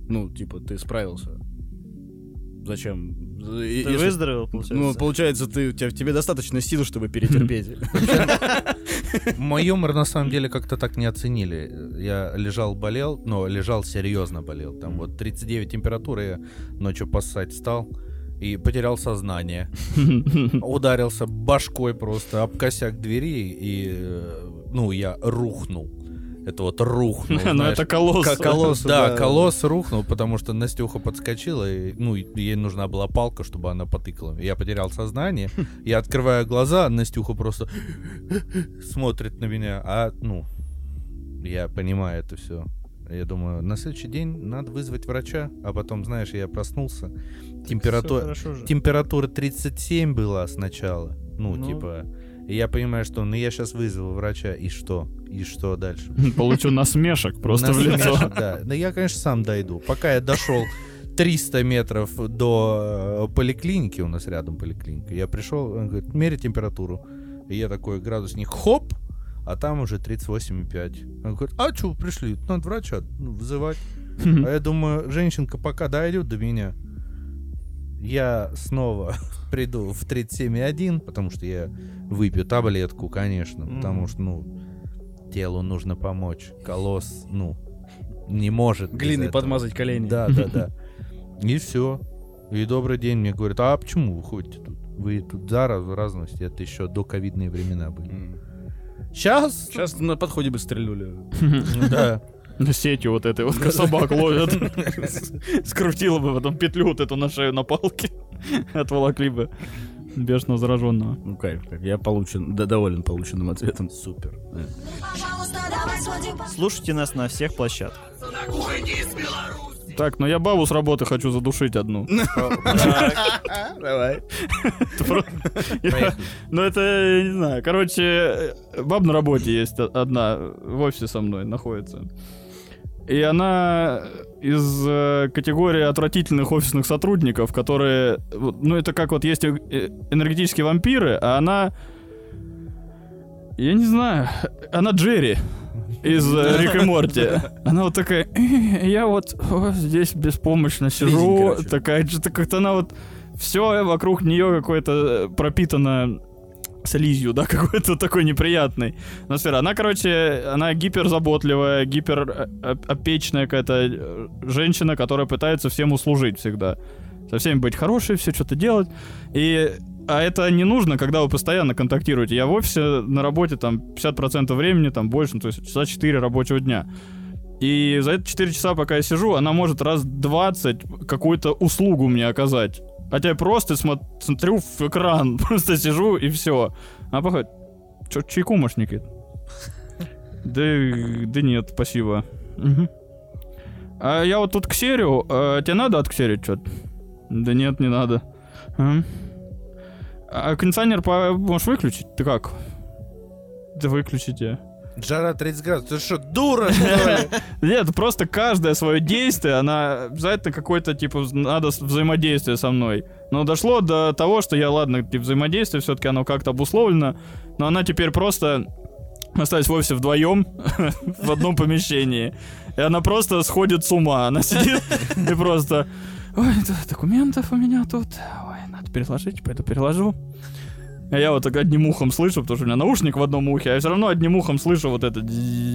Ну, типа, ты справился. Зачем? Ты выздоровел, получается? Ну, получается, тебе достаточно сил, чтобы перетерпеть. Мой юмор, на самом деле, как-то так не оценили. Я лежал, болел, но лежал, серьезно болел. Там вот 39 температура, я ночью поссать стал и потерял сознание. Ударился башкой просто об косяк двери, и, ну, я рухнул. Это вот рухнул. Ну, это колосс. Колосс, Да, колосс рухнул, потому что Настюха подскочила, и, ну, ей нужна была палка, чтобы она потыкала. Я потерял сознание, я открываю глаза, Настюха просто смотрит на меня, а, ну, я понимаю это все. Я думаю, на следующий день надо вызвать врача, а потом, знаешь, я проснулся, температура 37 была сначала, ну, типа... И я понимаю, что, ну, я сейчас вызову врача, и что? И что дальше? Получу насмешек просто в лицо. Да. Да, я, конечно, сам дойду. Пока я дошел 300 метров до поликлиники, у нас рядом поликлиника, я пришел, он говорит, меряй температуру. И я такой, градусник, хоп, а там уже 38,5. Он говорит, а что вы пришли? Надо врача вызывать. А я думаю, женщинка пока дойдет до меня, я снова приду в 37,1, потому что я выпью таблетку, конечно, потому что, ну, телу нужно помочь. Колосс, ну, не может. Глиной подмазать колени. Да. И все. И добрый день мне говорят, а почему вы ходите тут? Вы тут заразу разносите, это еще до ковидные времена были. Сейчас на подходе бы стрельнули. Да. Сетью вот этой вот собак ловят. Скрутила бы потом петлю вот эту на шею на палке. Отволокли бы бешено зараженного. Ну кайф. Я доволен полученным ответом. Супер. Слушайте нас на всех площадках. Так, но я бабу с работы хочу задушить одну. Давай. Ну это, я не знаю. Короче, баб на работе есть одна, в офисе со мной находится. И она из категории отвратительных офисных сотрудников, которые... Ну, это как вот есть энергетические вампиры, а она... Я не знаю. Она Джерри из Рик и Морти. Она вот такая... Я вот здесь беспомощно сижу. Такая, что-то как-то она вот... Все вокруг нее какое-то пропитано... слизью, да, какой-то такой неприятной атмосферы. Она, короче, она гиперзаботливая, гиперопечная какая-то женщина, которая пытается всем услужить всегда. Со всеми быть хорошей, все что-то делать. А это не нужно, когда вы постоянно контактируете. Я в офисе на работе там 50% времени, там больше, то есть часа 4 рабочего дня. И за эти 4 часа, пока я сижу, она может раз 20 какую-то услугу мне оказать. Хотя я просто смотрю в экран, просто сижу и все. А походит, чё, чайку, может, Никит? Да нет, спасибо. Угу. А я вот тут ксерю, тебе надо отксерить что-то? Да нет, не надо. А кондиционер можешь выключить? Ты как? Да выключите. Жара 30 градусов. Ты что, дура, что ли? Нет, просто каждое свое действие, она обязательно какое-то, типа, надо взаимодействие со мной. Но дошло до того, что я, ладно, типа, взаимодействие, все-таки оно как-то обусловлено, но она теперь просто остались в офисе вдвоем в одном помещении. И она просто сходит с ума. Она сидит и просто... Ой, документов у меня тут. Ой, надо переложить, пойду переложу. А я вот так одним ухом слышу, потому что у меня наушник в одном ухе, а я все равно одним ухом слышу вот это...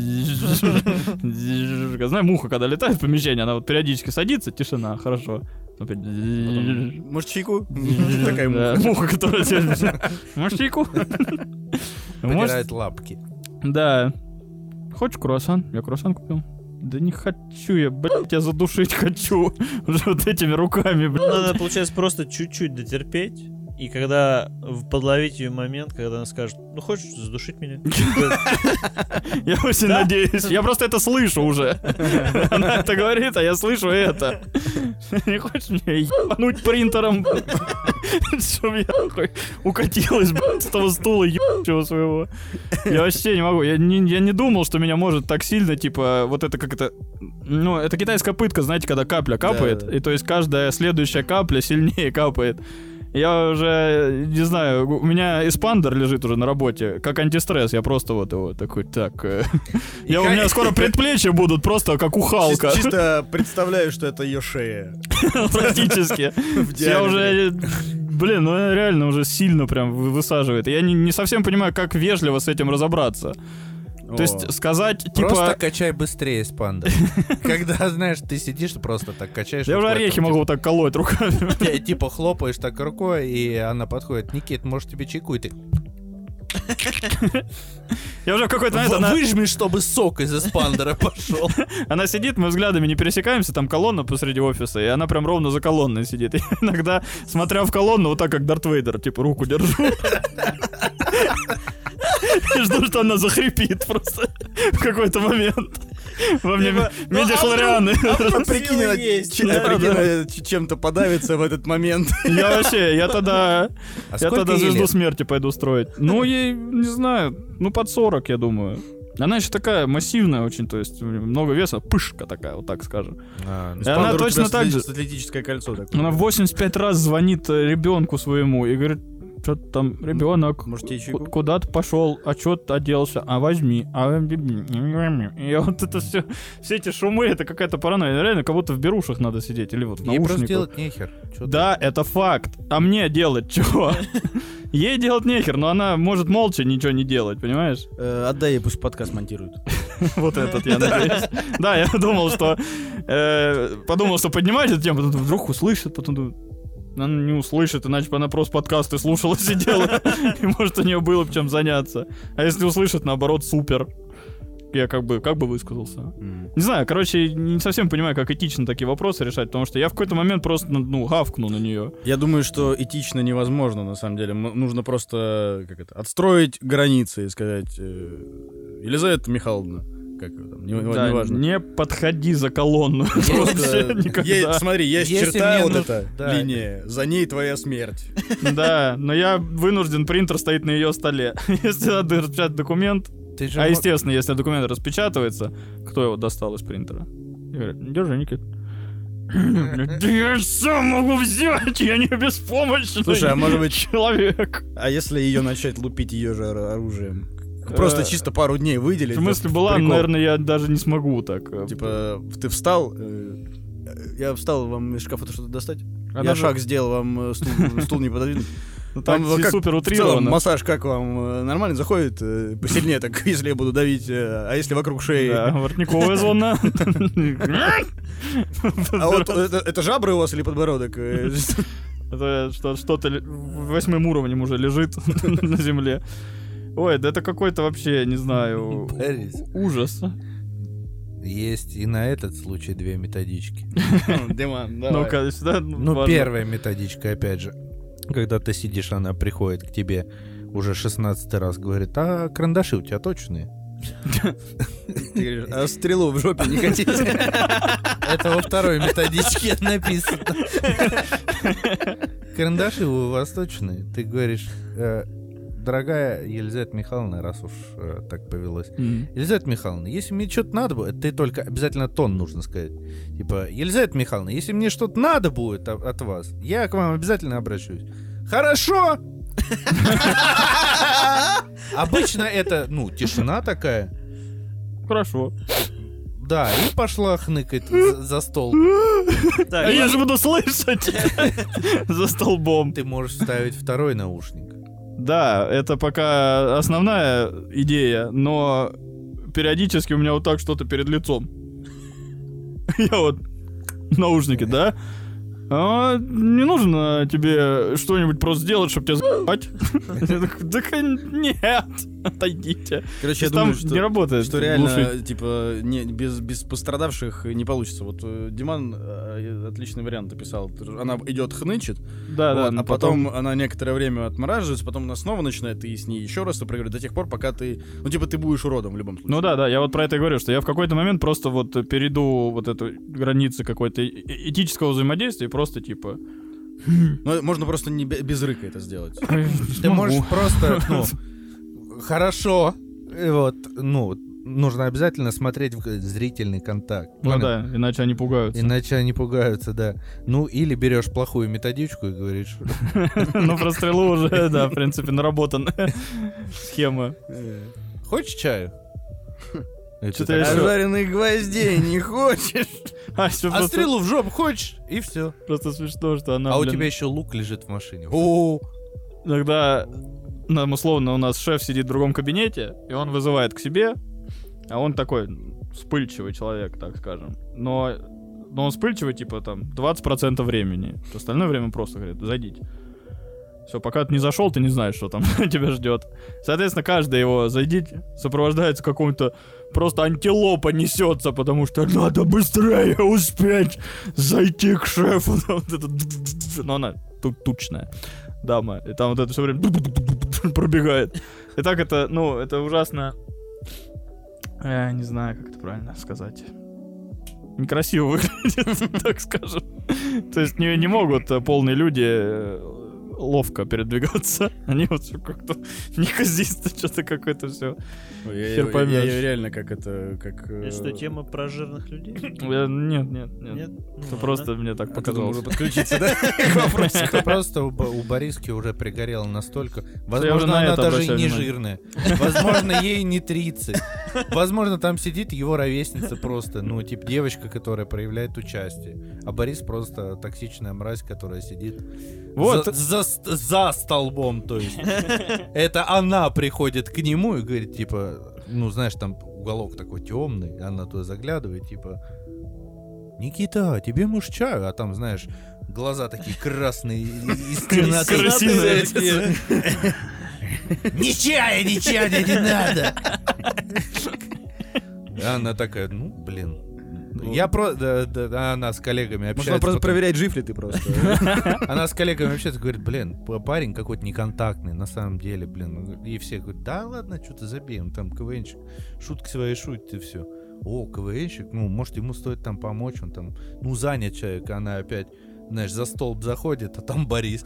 Знаешь, муха, когда летает в помещении, она вот периодически садится, тишина, хорошо. Опять... Может, чайку? Такая муха. Муха, которая... Может, чайку? Потирает лапки. Да. Хочешь круассан? Я круассан купил. Да не хочу я, блядь, я задушить хочу. Уже вот этими руками, блядь. Надо, получается, просто чуть-чуть дотерпеть. И когда подловить ее момент, когда она скажет, ну хочешь задушить меня? Я очень надеюсь. Я просто это слышу уже. Она это говорит, а я слышу это. Не хочешь меня ебануть принтером? Чтобы я укатилась, блядь, с того стула ебучего своего. Я вообще не могу. Я не думал, что меня может так сильно, типа, вот это как это... Ну, это китайская пытка, знаете, когда капля капает. И то есть каждая следующая капля сильнее капает. Я уже, не знаю, у меня эспандер лежит уже на работе, как антистресс, я просто вот его такой, так... У меня скоро предплечья будут просто как у Халка. Чисто представляю, что это ее шея. Практически. Я уже... Блин, ну реально уже сильно прям высаживает. Я не совсем понимаю, как вежливо с этим разобраться. То есть сказать, типа... Просто качай быстрее, спанда. Когда, знаешь, ты сидишь, просто так качаешь. Я уже орехи могу вот так колоть руками. Типа хлопаешь так рукой, и она подходит. Никит, может тебе чайку? И ты... Я уже в какой-то момент... Выжми, чтобы сок из эспандера пошел. Она сидит, мы взглядами не пересекаемся, там колонна посреди офиса, и она прям ровно за колонной сидит. И иногда, смотря в колонну, вот так как Дарт Вейдер, типа руку держу. И жду, что она захрипит просто в какой-то момент. Во мне медихлорианы. Прикинь, чем-то подавится в этот момент. Я тогда звезду лет? смерти пойду строить. Ну, ей, не знаю, под 40, я думаю. Она еще такая массивная очень, то есть много веса, пышка такая, вот так скажем. И она точно так же. Атлетическое кольцо такое. Она 85 раз звонит ребенку своему и говорит: что-то там ребенок куда-то пошел, а что-то оделся, а возьми, и вот это все эти шумы, это какая-то паранойя, реально, как будто в берушах надо сидеть, или вот в Ей просто наушниках. делать нехер. Да, это факт, а мне делать чего? Ей делать нехер, но она может молча ничего не делать, понимаешь? Отдай ей, пусть подкаст монтирует. Вот этот, я надеюсь. Да, я подумал, что поднимать эту тему, потом вдруг услышит, потом думаю, она не услышит, иначе бы она просто подкасты слушала, сидела, и может у нее было бы чем заняться. А если услышит, наоборот, супер. Я как бы высказался. Не знаю, короче, не совсем понимаю, как этично такие вопросы решать, потому что я в какой-то момент просто, гавкну на нее. Я думаю, что этично невозможно, на самом деле. Нужно просто, отстроить границы и сказать: Елизавета Михайловна, как там, неважно. Не подходи за колонну. Смотри, есть черта вот эта линия, за ней твоя смерть. Да, но я вынужден, принтер стоит на ее столе. Если надо распечатать документ, естественно, если документ распечатывается, кто его достал из принтера? Я говорю: держи, Никит. Да я сам могу взять, я не беспомощный. Слушай, а может быть человек. А если ее начать лупить ее же оружием? Просто чисто пару дней выделить. В смысле была, наверное, я даже не смогу так. Типа, ты встал, я встал, вам из шкафа что-то достать? Я шаг сделал, вам стул не пододвинуть. Там супер утрированно. Массаж как вам? Нормально заходит? Посильнее так, если я буду давить, а если вокруг шеи? Да, воротниковая зона. А вот это жабры у вас или подбородок? Это что-то 8 уровнем уже лежит на земле. Ой, да это какой-то вообще, не знаю, ужас. Есть и на этот случай 2 методички. Диман, давай. Ну-ка, сюда. Первая методичка, опять же. Когда ты сидишь, она приходит к тебе уже 16 раз, говорит: а карандаши у тебя точные? Ты говоришь: а стрелу в жопе не хотите? Это во второй методичке написано. Карандаши у вас точные? Ты говоришь: дорогая Елизавета Михайловна, раз уж так повелось. Елизавета Михайловна, если мне что-то надо будет, ты только обязательно тон нужно сказать. Типа: Елизавета Михайловна, если мне что-то надо будет от вас, я к вам обязательно обращусь. Хорошо! Обычно это, тишина такая. Хорошо. Да, и пошла хныкать за стол. А я же буду слышать за столбом. Ты можешь вставить второй наушник. Да, это пока основная идея, но периодически у меня вот так что-то перед лицом. Я вот наушники, да? А не нужно тебе что-нибудь просто сделать, чтобы тебя за***ать? Так нет, отойдите. Короче, я думаю, не работает. Что реально, типа, без пострадавших не получится. Вот Диман отличный вариант описал. Она идет хнычет, да, а потом она некоторое время отмораживается, потом она снова начинает, и с ней еще раз проигрывать до тех пор, пока ты, ты будешь уродом в любом случае. Ну да, я вот про это и говорю, что я в какой-то момент просто вот перейду вот эту границу какой-то этического взаимодействия и просто типа... Ну, можно просто не без рыка это сделать. Ты можешь просто, хорошо, вот, нужно обязательно смотреть в зрительный контакт. Ну Понял? да, иначе они пугаются. Иначе они пугаются, да. Ну, или берешь плохую методичку и говоришь... Ну, про стрелу уже, да, в принципе, наработанная схема. Хочешь чаю? Что-то я еще... Жареных гвоздей не хочешь? А А стрелу в жопу хочешь? И все. Просто смешно, что она, А у блин, тебя еще лук лежит в машине. О, Иногда, нам условно, у нас шеф сидит в другом кабинете, и он вызывает к себе, а он такой вспыльчивый человек, так скажем. Но он вспыльчивый, типа, там, 20% времени. Остальное время просто говорит, зайдите. Все, пока ты не зашел, ты не знаешь, что там тебя ждет. Соответственно, каждый его зайдите сопровождается какому-то просто антилопа несется, потому что надо быстрее успеть зайти к шефу. Но она тучная дама, и там вот это все время пробегает. И так это, ну, это ужасно. Я не знаю, как это правильно сказать. Некрасиво выглядит, так скажем. То есть не могут полные люди ловко передвигаться. Они вот все как-то неказисто, что-то какое-то все. Я реально как это... Это что, тема про жирных людей? Нет. Нет? Это просто мне так показалось. Можно подключиться, да? это просто у Бориски уже пригорело настолько. Я уже Возможно, на она это даже обращаю не внимание. жирная. Возможно, ей не 30. Возможно, там сидит его ровесница просто, ну, типа девочка, которая проявляет участие. А Борис просто токсичная мразь, которая сидит Вот. за столбом, то есть. Это она приходит к нему и говорит, типа, ну, знаешь, там уголок такой темный, она туда заглядывает, типа, Никита, тебе муж чаю? А там, знаешь, глаза такие красные, из темноты. Крысиные. Ни чая, не надо. Она такая, ну, блин. Я она с коллегами общается. Можно просто потом. проверять, жив ли ты просто. Она с коллегами общается, говорит, блин, парень какой-то неконтактный, на самом деле, блин. И все говорят, да ладно, что ты забей, он там КВНщик, шутки свои шутит и все. О, КВНщик, ну, может, ему стоит там помочь, он там, ну, занят человек, она опять, знаешь, за столб заходит, а там Борис.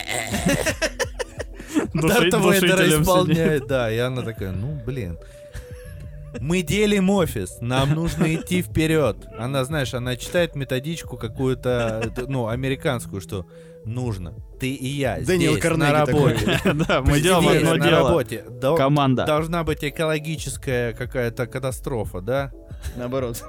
Дарта Вейдера исполняет, да, и она такая, ну, блин. Мы делим офис, нам нужно идти вперед. Она, знаешь, она читает методичку какую-то, ну, американскую, что нужно. Ты и я Дэниел здесь, Карнеги на работе. Да, мы делаем Здесь, одно на дело. работе. Команда. Должна быть экологическая какая-то катастрофа, да? Наоборот.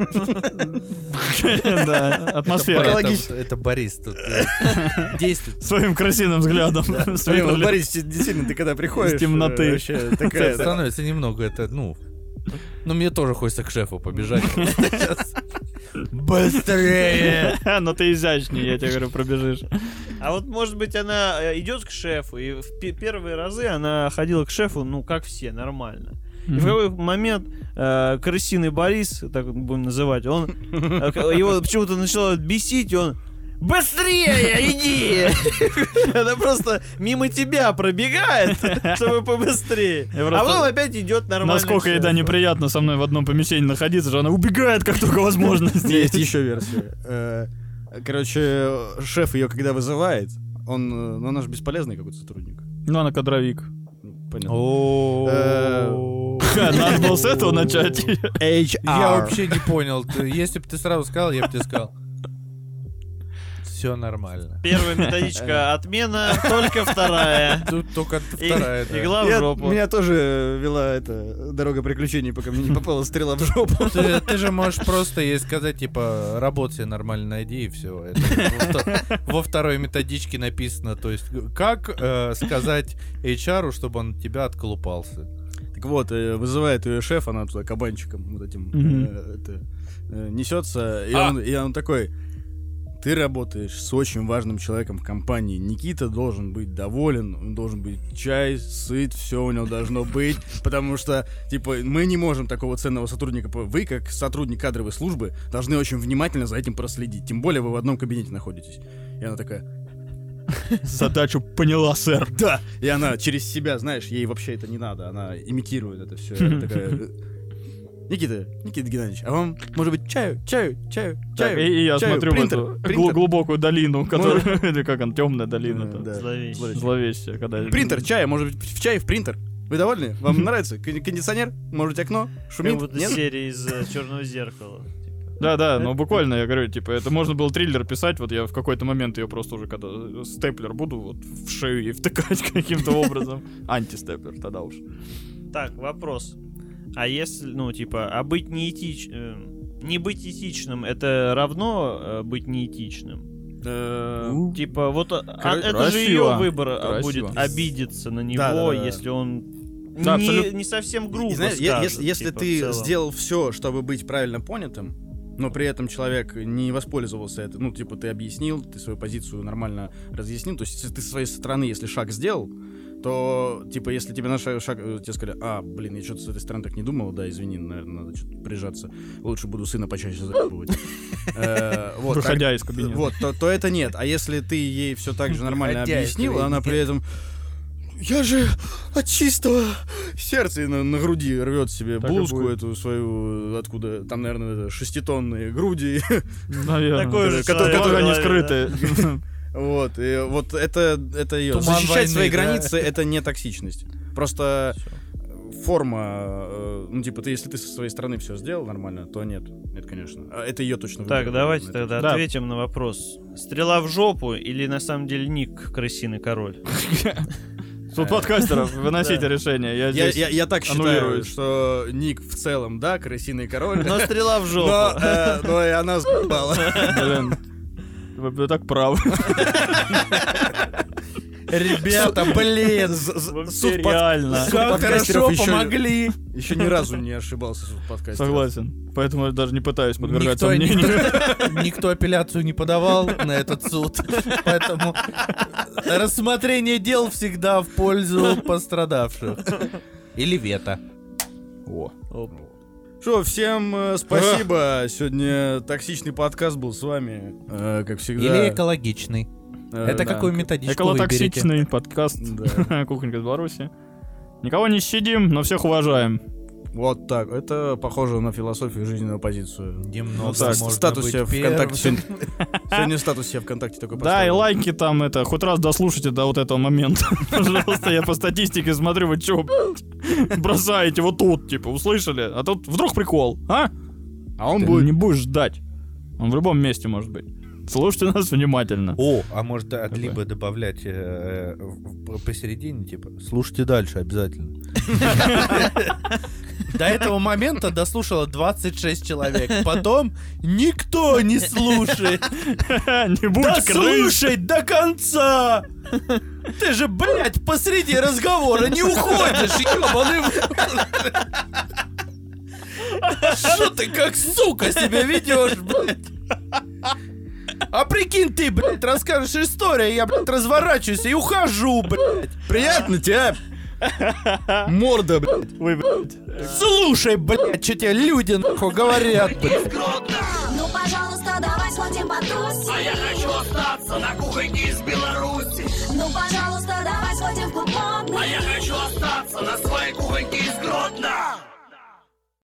Да, атмосфера. Это Борис тут действует. Своим красивым взглядом. Вот, Борис, действительно, ты когда приходишь... Из темноты. Вообще такая... Становится немного, это, ну... Ну, мне тоже хочется к шефу побежать. Сейчас. Быстрее! Но ты изящнее, я тебе говорю, пробежишь. А вот, может быть, она идет к шефу, и в первые разы она ходила к шефу, ну, как все, нормально. И в какой момент крысиный Борис, так будем называть, он его почему-то начало бесить, и он: быстрее, иди! Она просто мимо тебя пробегает, чтобы побыстрее. А потом опять идет нормально. Насколько ей, да, неприятно со мной в одном помещении находиться, что она убегает, как только возможно. Есть еще версия. Короче, шеф ее когда вызывает, он, ну, она же бесполезный какой-то сотрудник. Ну, она кадровик. Понятно. Надо было с этого начать. Я вообще не понял. Если бы ты сразу сказал, я бы тебе сказал. Все нормально. Первая методичка отмена, только вторая. Тут только вторая, да. Игла в жопу. Меня тоже вела эта дорога приключений, пока мне не попала стрела в жопу. Ты же можешь просто ей сказать, типа, работу себе нормально найди, и все. Во второй методичке написано, то есть, как сказать HR, чтобы он от тебя отколупался. Так вот, вызывает ее шеф, она туда кабанчиком вот этим несется, и он такой: ты работаешь с очень важным человеком в компании. Никита должен быть доволен, он должен быть чай, сыт, все у него должно быть, потому что, типа, мы не можем такого ценного сотрудника... Вы, как сотрудник кадровой службы, должны очень внимательно за этим проследить, тем более вы в одном кабинете находитесь. И она такая: Задачу поняла, сэр. да! И она через себя, знаешь, ей вообще это не надо, она имитирует это все. Такая: Никита Геннадьевич, а вам, может быть, чаю? Так, и я чаю, смотрю принтер, в эту принтер. глубокую долину, которая... Или как она, темная долина. Да. Зловещий. Зловещая. Когда... Принтер, чая, может быть, в чай, в принтер. Вы довольны? Вам нравится? Кондиционер? Может быть, окно? Шумит? Как будто Нет? серия из «Черного зеркала». Да, но буквально, я говорю, типа, это можно было триллер писать, вот я в какой-то момент ее просто уже, когда степлер буду вот в шею и втыкать каким-то образом. Антистеплер тогда уж. Так, вопрос. А если, ну, типа, а быть не быть этичным, это равно быть неэтичным? Типа, вот это же ее выбор будет обидеться на него, если он не совсем грубо скажет. Если ты сделал все, чтобы быть правильно понятым, но при этом человек не воспользовался этим, ну, типа, ты объяснил, ты свою позицию нормально разъяснил, то есть ты со своей стороны, если шаг сделал, то, типа, если тебе на шаг тебе сказали, я что-то с этой стороны так не думал, да, извини, наверное, надо что-то прижаться, лучше буду сына почаще заебывать. Выходя из кабинета. Вот, то это нет. А если ты ей все так же нормально объяснил, она при этом... Я же от чистого сердца на груди рвет себе так блузку эту свою, откуда, там, наверное, 6-тонные груди. Наверное. Такой же которые не скрыты. Вот, и вот это ее. Туман Защищать войны, свои да? границы — это не токсичность. Просто форма, ну, типа, если ты со своей стороны все сделал нормально, то нет. Нет, конечно. Это ее точно выбор. Так, давайте тогда Да. ответим на вопрос. Стрела в жопу или на самом деле ник крысиный король? Тут подкастеров, выносите решение. Я здесь Я так считаю, аннулируюсь. что ник в целом, да, крысиный король. Но стрела в жопу. Но и она с***бала. Блин, вы так правы. Ребята, блин, Вообще реально. как хорошо помогли. Еще ни разу не ошибался в подкасте. Согласен. Поэтому я даже не пытаюсь подвергать Никто, сомнению. никто апелляцию не подавал на этот суд, поэтому рассмотрение дел всегда в пользу пострадавших. Или вето. Что, всем спасибо. Сегодня токсичный подкаст был с вами, как всегда. Или экологичный. Это да. какую методичку выберете? Эколотоксичный подкаст Да. «Кухонька из Беларуси». Никого не щадим, но всех уважаем. Вот так. Это похоже на философию и жизненную позицию. Немного так, можно Статус быть себе ВКонтакте. Сегодня статус себе ВКонтакте такой Да, и поставил. лайки там, хоть раз дослушайте до вот этого момента. Пожалуйста, я по статистике смотрю, вы чё, бросаете вот тут, типа, услышали? А тут вдруг прикол, а? А он Ты будет... не будешь ждать. Он в любом месте может быть. Слушайте нас внимательно. О, а может либо добавлять посередине, типа, слушайте дальше обязательно. До этого момента дослушало 26 человек. Потом никто не слушает. Не будь крыс. Дослушай до конца! Ты же, блядь, посреди разговора не уходишь, ебаный в- Что ты как сука себя ведешь, блядь? А прикинь, ты, блядь, расскажешь историю, я, блядь, разворачиваюсь и ухожу, блядь. Приятно тебя, морда, блядь. Ой, блядь. Слушай, блядь, что тебе люди, нахуй, говорят, блядь. Ну, пожалуйста, давай сходим потусим. А я хочу остаться на кухоньке из Беларуси. Ну, пожалуйста, давай сходим в клуб модный. А я хочу остаться на своей кухоньке из Гродно.